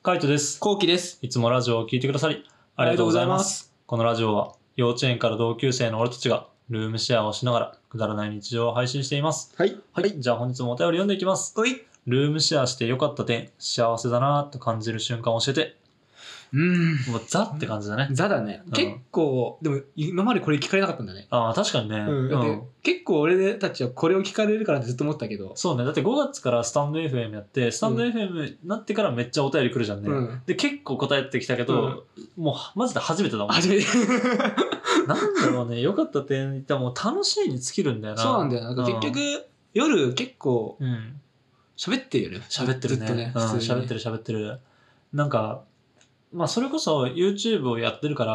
カイトです。 コウキです。 いつもラジオを聞いてくださりありがとうございます。このラジオは幼稚園から同級生の俺たちがルームシェアをしながらくだらない日常を配信しています。 はい。 はい。じゃあ本日もお便り読んでいきます。 はい。 ルームシェアして良かった点、幸せだなと感じる瞬間を教えて。もうザって感じだね。 ザだね。結構、でも今までこれ聞かれなかったんだね。 ああ、確かにね。 結構俺たちはこれを聞かれるからってずっと思ったけど。 そうね。だって5月からスタンド FM やって、スタンド FM になってからめっちゃお便り来るじゃんね。で、結構答えてきたけど、もうマジで初めてだもん。 初めて。 なんだろうね。良かった点言ったらもう楽しいに尽きるんだよな。 そうなんだよ。なんか結局、夜結構、喋ってるよね。 喋ってるね。喋ってる。なんか、まあそれこそ YouTube をやってるから、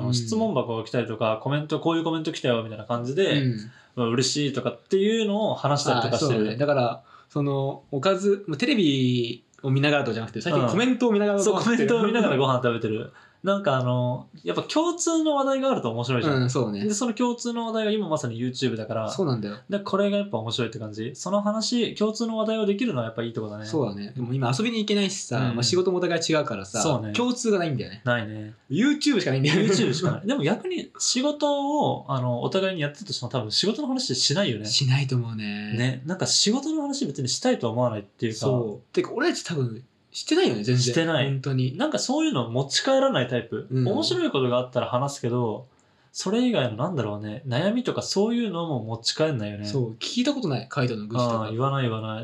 質問箱が来たりとか、こういうコメント来たよみたいな感じで、嬉しいとかっていうのを話したりとかしてる。 ね、だから、テレビを見ながらとかじゃなくて、最近コメントを見ながらコメントを見ながらご飯食べてる。なんかやっぱ共通の話題があると面白いじゃん。 そうね。 で、その共通の話題が今まさに YouTube だから。 そうなんだよ。 で、これがやっぱ面白いって感じ。その話、共通の話題をできるのはやっぱいいとこだね。 そうだね。でも今遊びに行けないしさ、仕事もお互い違うからさ、共通がないんだよね。 ないね。 YouTube しかないんだよね。 YouTube しかない。でも逆に仕事を、お互いにやってたとしても多分仕事の話ってしないよね。 しないと思うね。 ね。なんか仕事の話別にしたいとは思わないっていうか。 そう。てか俺たち多分、してないよね、全然。 してない。 本当に。 なんかそういうの持ち帰らないタイプ。面白いことがあったら話すけど、それ以外のなんだろうね、悩みとかそういうのも持ち帰んないよね。 そう、聞いたことない、カイトの愚痴とか。 言わない。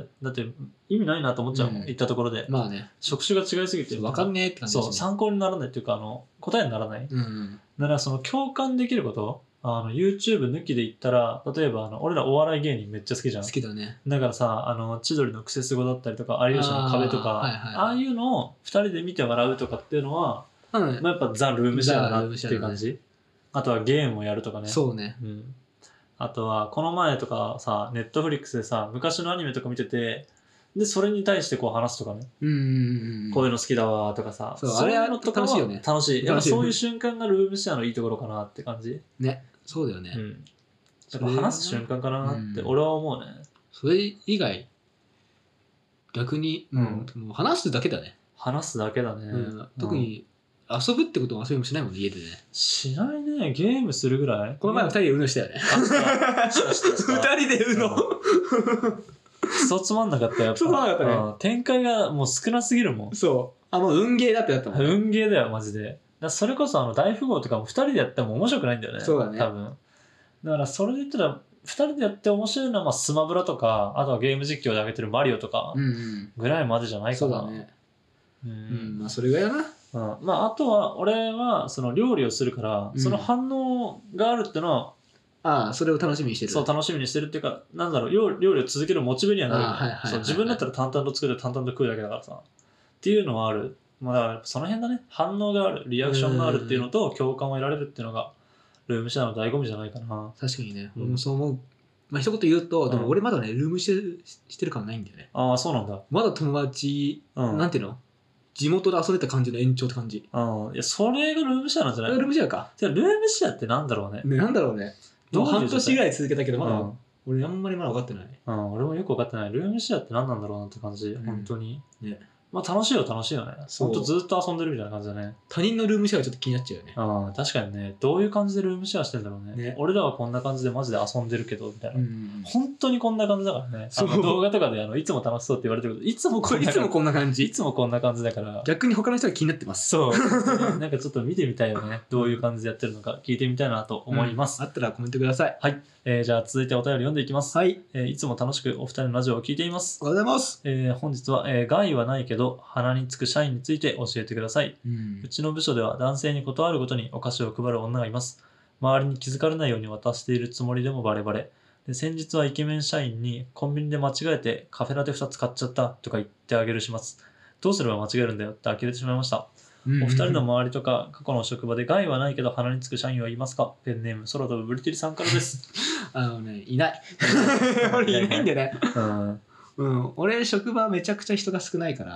だって意味ないなと思っちゃうもん、言ったところで。 まあね。 職種が違いすぎて。 わかんねえって感じ。 そう、参考にならないっていうか、答えにならない。だからその共感できること、YouTube 抜きで言ったら、例えば俺らお笑い芸人めっちゃ好きじゃん。 好きだね。 だからさ、千鳥のクセスゴだったりとか、有吉の壁とか、ああいうのを二人で見て笑うとかっていうのは、まあ、やっぱザ・ルームシェアだなっていう感じ。あとはゲームをやるとかね。 そうね。 あとは、この前とかさ、ネットフリックスでさ、昔のアニメとか見てて、で、それに対してこう話すとかね。こういうの好きだわとかさ。 そう、あれは楽しいよね。 楽しい。やっぱそういう瞬間がルームシェアのいいところかなって感じ。 ね。そうだよね。 やっぱ話す瞬間かなって俺は思うね。 それ以外、逆に、もう話すだけだね。 話すだけだね。 特に遊ぶってことは遊びもしないもんね、家でね。 しないね。ゲームするぐらい。 この前は2人で UNO したよね。2人で UNO。 クソつまんなかったよ。 つまんなかったね。 展開がもう少なすぎるもん。 そう。もう運ゲーだってなったもん。 運ゲーだよ、マジで。それこそ大富豪とかも2人でやっても面白くないんだよね。 そうだね。 多分。だからそれで言ったら、2人でやって面白いのはまあスマブラとか、あとはゲーム実況で上げてるマリオとかぐらいまでじゃないかな。 そうだね。まあそれぐらいだな。 まああとは俺はその料理をするから、その反応があるってのは、 それを楽しみにしてる。 そう、楽しみにしてるっていうか、なんだろう、料理を続けるモチベにはなる。自分だったら淡々と作って淡々と食うだけだからさ。っていうのはある。まあだからその辺だね。反応がある、リアクションがあるっていうのと、共感を得られるっていうのが、ルームシェアの醍醐味じゃないかな。 確かにね。俺もそう思う。まあ一言言うと、でも俺まだね、ルームシェアしてる感ないんだよね。 ああ、そうなんだ。 まだ友達、なんていうの地元で遊んでた感じの延長って感じ。 いや、それがルームシェアなんじゃない？ ルームシェアか。 じゃあルームシェアってなんだろうね。 なんだろうね。もう半年ぐらい続けたけど、まだ、俺あんまりまだ分かってない。 俺もよく分かってない。ルームシェアって何なんだろうなって感じ。本当に。ね。まあ楽しいよね。ほんとずっと遊んでるみたいな感じだね。 他人のルームシェアがちょっと気になっちゃうよね。 確かにね。どういう感じでルームシェアしてんだろうね。俺らはこんな感じでマジで遊んでるけど、みたいな。本当にこんな感じだからね。動画とかでいつも楽しそうって言われてるけど、いつもこんな感じ。いつもこんな感じだから。 逆に他の人が気になってます。 そう。なんかちょっと見てみたいよね。どういう感じでやってるのか聞いてみたいなと思います。 あったらコメントください。 はい。じゃあ続いてお便り読んでいきます。 はい。 いつも楽しくお二人のラジオを聞いています。 おはようございます。 本日は、害はないけど鼻につく社員について教えてください。うちの部署では男性に断るごとにお菓子を配る女がいます。周りに気づかれないように渡しているつもりでもバレバレ。で、先日はイケメン社員にコンビニで間違えてカフェラテ2つ買っちゃったとか言ってあげるします。どうすれば間違えるんだよって呆れてしまいました。お二人の周りとか過去の職場で害はないけど鼻につく社員はいますか？ペンネーム空飛ぶブリテリさんからです。 いない。俺いないんだよね。俺職場めちゃくちゃ人が少ないから、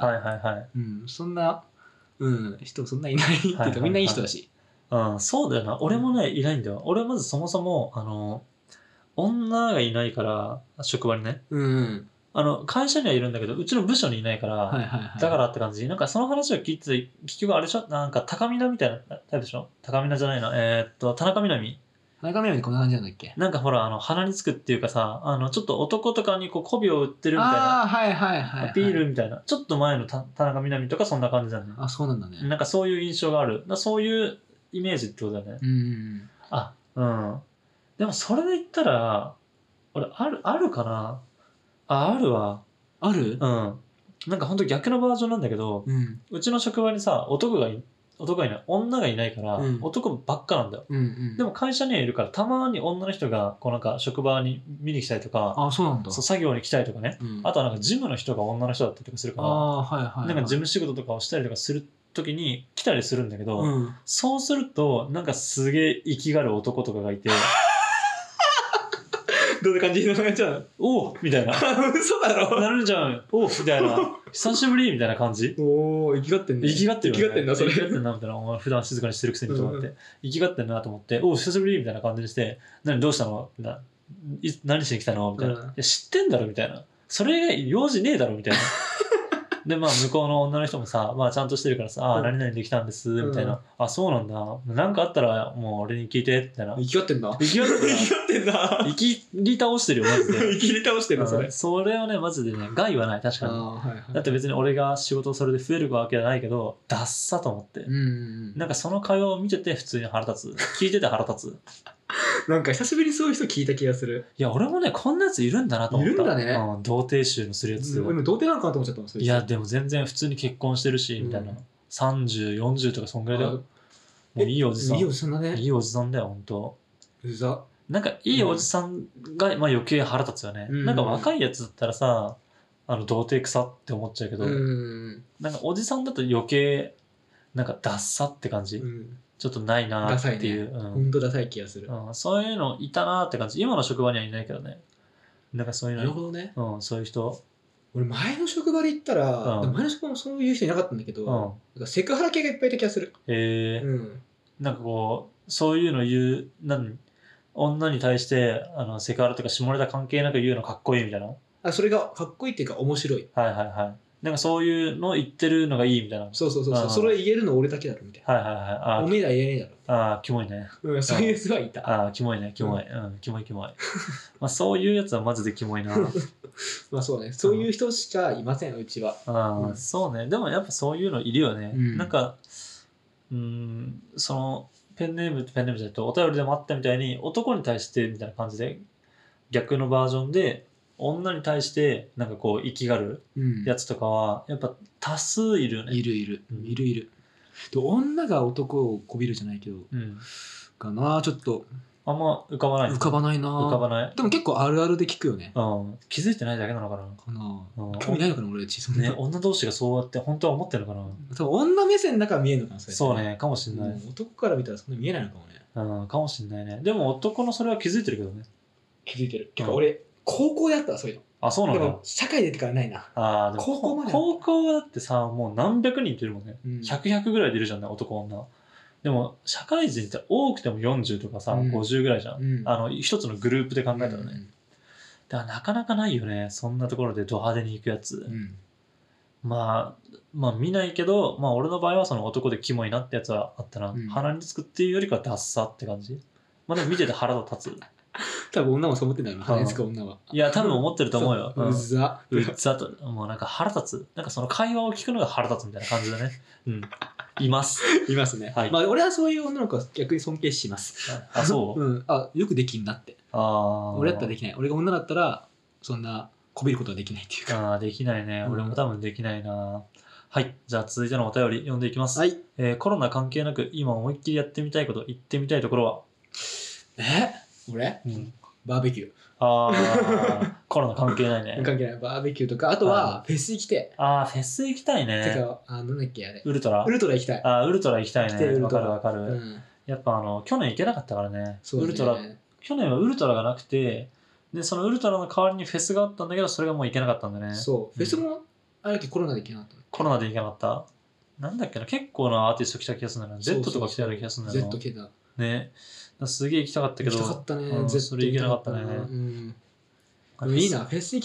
そんな、人そんないないっていうかみんないい人だし。 そうだよな。俺もね、いないんだよ。俺はまずそもそも、女がいないから、職場にね。 会社にはいるんだけど、うちの部署にいないから、 はいはいはい、 だからって感じ。なんかその話を聞いてて、結局あれでしょ、なんか高見菜みたいなタイプでしょ。高見菜じゃないな。田中みな実。 田中みな実こんな感じなんだっけ。 なんかほら、鼻につくっていうかさ、ちょっと男とかにこう媚びを売ってるみたいな。 ああ、はいはいはい、はい。 アピールみたいな。ちょっと前の田中みな実とかそんな感じだね。 あ、そうなんだね。 なんかそういう印象がある。そういうイメージってことだね。 うん。 うん。でもそれで言ったら、俺、あるかな。あるわ。 ある？ うん。なんかほんと逆のバージョンなんだけど、うちの職場にさ、男がいない、女がいないから、男ばっかなんだよ。でも会社にはいるから、たまに女の人が、こうなんか職場に見に来たりとか、 あ、そうなんだ。 そう、作業に来たりとかね。あとはなんか事務の人が女の人だったりとかするから、なんか事務仕事とかをしたりとかする時に来たりするんだけど、そうすると、なんかすげえ生きがる男とかがいて、 どんな感じの感じなの？ おうみたいな。 嘘だろ？ なるじゃん。おうみたいな。久しぶりみたいな感じ。 おお、生きがってんね。 生きがってるよね。 生きがってんな、それ。 生きがってんな、みたいな。お前普段静かにしてるくせにと思って。生きがってんなと思って、おう久しぶりみたいな感じにして、どうしたの何しに来たのみたいな。いや、知ってんだろみたいな。それ用事ねえだろみたいな。で、まあ、向こうの女の人もさ、まあ、ちゃんとしてるからさ、何々できたんです、みたいな。あ、そうなんだ。なんかあったら、もう俺に聞いて、みたいな。 生きがってんな。 生きがってんな。生きり倒してるよ、マジで。 生きり倒してるの、それ。 それはね、マジでね、害はない、確かに。だって別に俺が仕事をそれで増えるわけじゃないけど、ダッサと思って。なんかその会話を見てて普通に腹立つ。聞いてて腹立つ。 なんか久しぶりにそういう人聞いた気がする。 いや、俺もね、こんなやついるんだなと思った。 いるんだね。 童貞臭のするやつ。 俺も童貞なのかなと思っちゃったもん。 いや、でも全然普通に結婚してるし、みたいな。30、40とかそんぐらいだよ。もういいおじさん。 いいおじさんだね。 いいおじさんだよ、ほんと。 うざ。 なんかいいおじさんが、まあ余計腹立つよね。なんか若いやつだったらさ、童貞臭って思っちゃうけど、なんかおじさんだと余計、なんかダッサって感じ。ちょっとないなーっていう。 ほんとダサい気がする。 そういうのいたなーって感じ。今の職場にはいないけどね。なんかそういうの。 なるほどね。 そういう人。 俺前の職場で言ったら、前の職場もそういう人いなかったんだけど、セクハラ系がいっぱいいた気がする。なんかこう、そういうの言う、女に対して、セクハラとか下ネタ関係なく言うのかっこいいみたいな。 それがかっこいいっていうか面白い。 はいはいはい。なんかそういうの言ってるのがいいみたいな。 そう。それ言えるの俺だけだろみたいな。 はいはいはい。 おめえら言えねえだろ。 ああ、キモいね。 そういうやつはいた。 ああ、キモいね、キモい。キモい。まあそういうやつはマジでキモいな。 まあそうね。そういう人しかいません、うちは。 そうね。でもやっぱそういうのいるよね。なんか、その、ペンネームじゃないと、お便りでもあったみたいに、男に対してみたいな感じで、逆のバージョンで、女に対してなんかこう生きがるやつとかはやっぱ多数いるよね。 いる。で女が男をこびるじゃないけど、かなちょっとあんま浮かばない。 浮かばない。でも結構あるあるで聞くよね。 気づいてないだけなのかな。 興味ないのかな俺ちそんな。 ね、女同士がそうやって本当は思ってるのかな。 多分女目線だから見えるのかな。 そうね、かもしんない。 男から見たらそんな見えないのかもね。 かもしんないね。でも男のそれは気づいてるけどね。 気づいてる。てか俺高校であったわそういうの。 あ、そうなんだ。 でも社会出てからないな。 でも高校だってさ、もう何百人いてるもんね。100ぐらい出るじゃんね、男女。でも社会人って多くても40とかさ、50ぐらいじゃん。一つのグループで考えたらね。だからなかなかないよね、そんなところでド派手に行くやつ。まあ見ないけど、まあ俺の場合はその男でキモいなってやつはあったな。鼻につくっていうよりかはダッサって感じ。まあでも見てて腹が立つ。 多分女もそう思ってんだよな、鼻につく女は。 いや、多分思ってると思うよ。 うざと。もうなんか腹立つ。なんかその会話を聞くのが腹立つみたいな感じだね。います。 いますね。まあ俺はそういう女の子は逆に尊敬します。 あ、そう？ よくできんなって。俺だったらできない。俺が女だったら、そんなこびることはできないっていうか。 できないね。俺も多分できないな。はい。じゃあ続いてのお便り読んでいきます。 はい。 コロナ関係なく今思いっきりやってみたいこと、言ってみたいところは？ 俺？バーベキュー。 コロナ関係ないね。 関係ない。バーベキューとか、あとはフェス行きて。 フェス行きたいね。 てか、なんだっけあれ。 ウルトラ行きたい。 ウルトラ行きたいね。わかる。やっぱ去年行けなかったからね。ウルトラ。去年はウルトラがなくて、で、そのウルトラの代わりにフェスがあったんだけど、それがもう行けなかったんだね。 そう。フェスも、あれだっけコロナで行けなかった。 コロナで行けなかった。なんだっけな、結構なアーティスト来た気がするんだよな。Z とか来たような気がするんだよな。 Z 来た。 ね。すげえ行きたかったけど。 行きたかったね。 それ行けなかったね。 いいな、フェスに来て。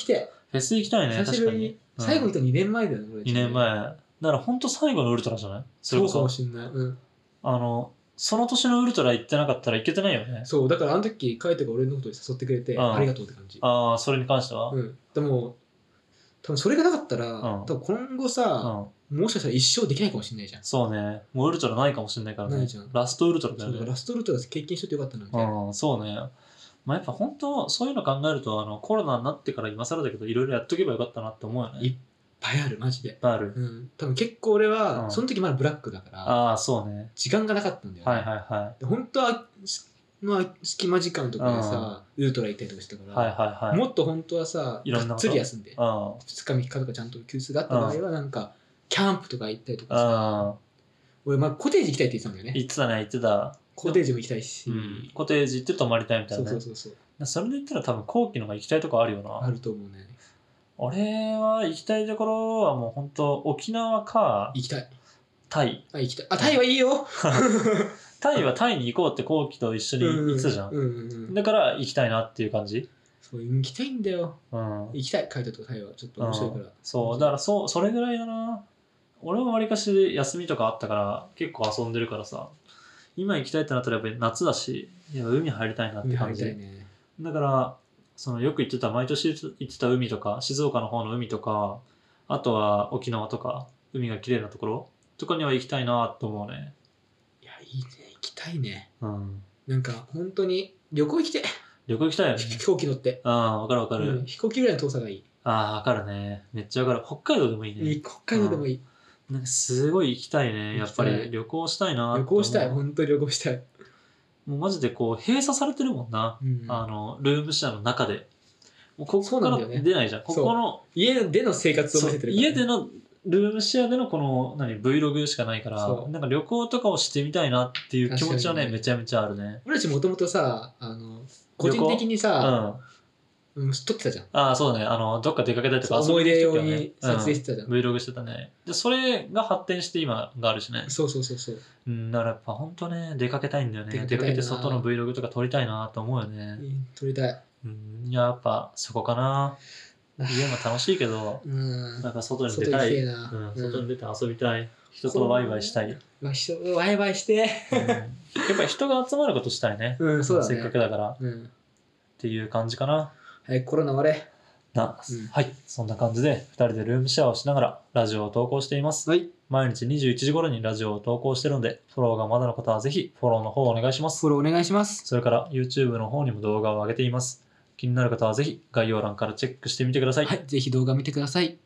フェス行きたいね、 久しぶりに。最後に行った2年前だよね、俺。 2年前。だから本当最後のウルトラじゃない？ そうかもしんない。うん。 その年のウルトラ行ってなかったら行けてないよね。 そう、だからあの時、カイトが俺のことに誘ってくれて、ありがとうって感じ。 ああ、それに関しては？ うん。でも、多分それがなかったら、多分今後さ、もしかしたら一生できないかもしれないじゃん。 そうね。もうウルトラないかもしれないからね。 ないじゃん。 ラストウルトラだよね。 そうだ、ラストウルトラ経験しといてよかったなみたいな。 そうね。まあ、やっぱ本当そういうの考えるとコロナになってから今更だけどいろいろやっとけばよかったなって思うよね。 いっぱいあるマジで。いっぱいある。 うん。多分結構俺は、その時まだブラックだから。 ああそうね。 時間がなかったんだよね。 はいはいはい。 本当は隙間時間とかでさ、ウルトラ行ったりとかしたから、はいはいはい、もっと本当はさ、がっつり休んで、2日3日とかちゃんと休日があった場合はなんかキャンプとか行ったりとかさ、俺コテージ行きたいって言ってたんだよね。 言ってたね、言ってた。 コテージも行きたいし、 コテージ行って泊まりたいみたいなね。 そうそれで言ったら多分後期のが行きたいとこあるよな。 あると思うね。 俺は行きたいところはもう本当沖縄か行きたい。 タイ。 行きたい。タイはいいよ。 タイはタイに行こうって後期と一緒に行ってたじゃん。だから行きたいなっていう感じ。 そう行きたいんだよ。行きたい。カイトとタイはちょっと面白いから。 そうだからそれぐらいだな。俺はわりかし休みとかあったから結構遊んでるからさ。今行きたいってなったらやっぱり夏だし、海入りたいなって感じ。ね、だからよく行ってた毎年行ってた海とか静岡の方の海とか、あとは沖縄とか海が綺麗なところとかには行きたいなと思うね。 いやいいね、行きたいね。なんか本当に旅行行きて。 旅行行きたいよね。 飛行機乗って。 わかるわかる、 飛行機ぐらいの遠さがいい。 わかるね。めっちゃわかる。北海道でもいいね。 北海道でもいい。 なんかすごい行きたいね。やっぱり旅行したいな。 旅行したい。本当に旅行したい。 もうマジでこう閉鎖されてるもんな。ルームシェアの中で。もうここから出ないじゃん。ここの家での生活を見せてるから。 家でのルームシェアでのこのVlog しかないから、なんか旅行とかをしてみたいなっていう気持ちはね、めちゃめちゃあるね。 俺たちもともとさ、個人的にさ、撮ってたじゃん。 そうだね。どっか出かけたりとか思い出用に撮影してたじゃん。 Vlog してたね。で、それが発展して今があるしね。 そう。 だからやっぱ本当ね、出かけたいんだよね。出かけて外の Vlog とか撮りたいなと思うよね。 撮りたい。 やっぱそこかな。家も楽しいけど、なんか外に出たい。外に出て遊びたい。人とワイワイしたい。 ワイワイして。やっぱり人が集まることしたいね。せっかくだから。っていう感じかな。 はい、コロナ終われ。 はい、そんな感じで2人でルームシェアをしながらラジオを投稿しています。毎日21時頃にラジオを投稿してるので、フォローがまだの方はぜひフォローの方をお願いします。 フォローお願いします。 それから YouTube の方にも動画を上げています。気になる方はぜひ概要欄からチェックしてみてください。 はい、ぜひ動画見てください。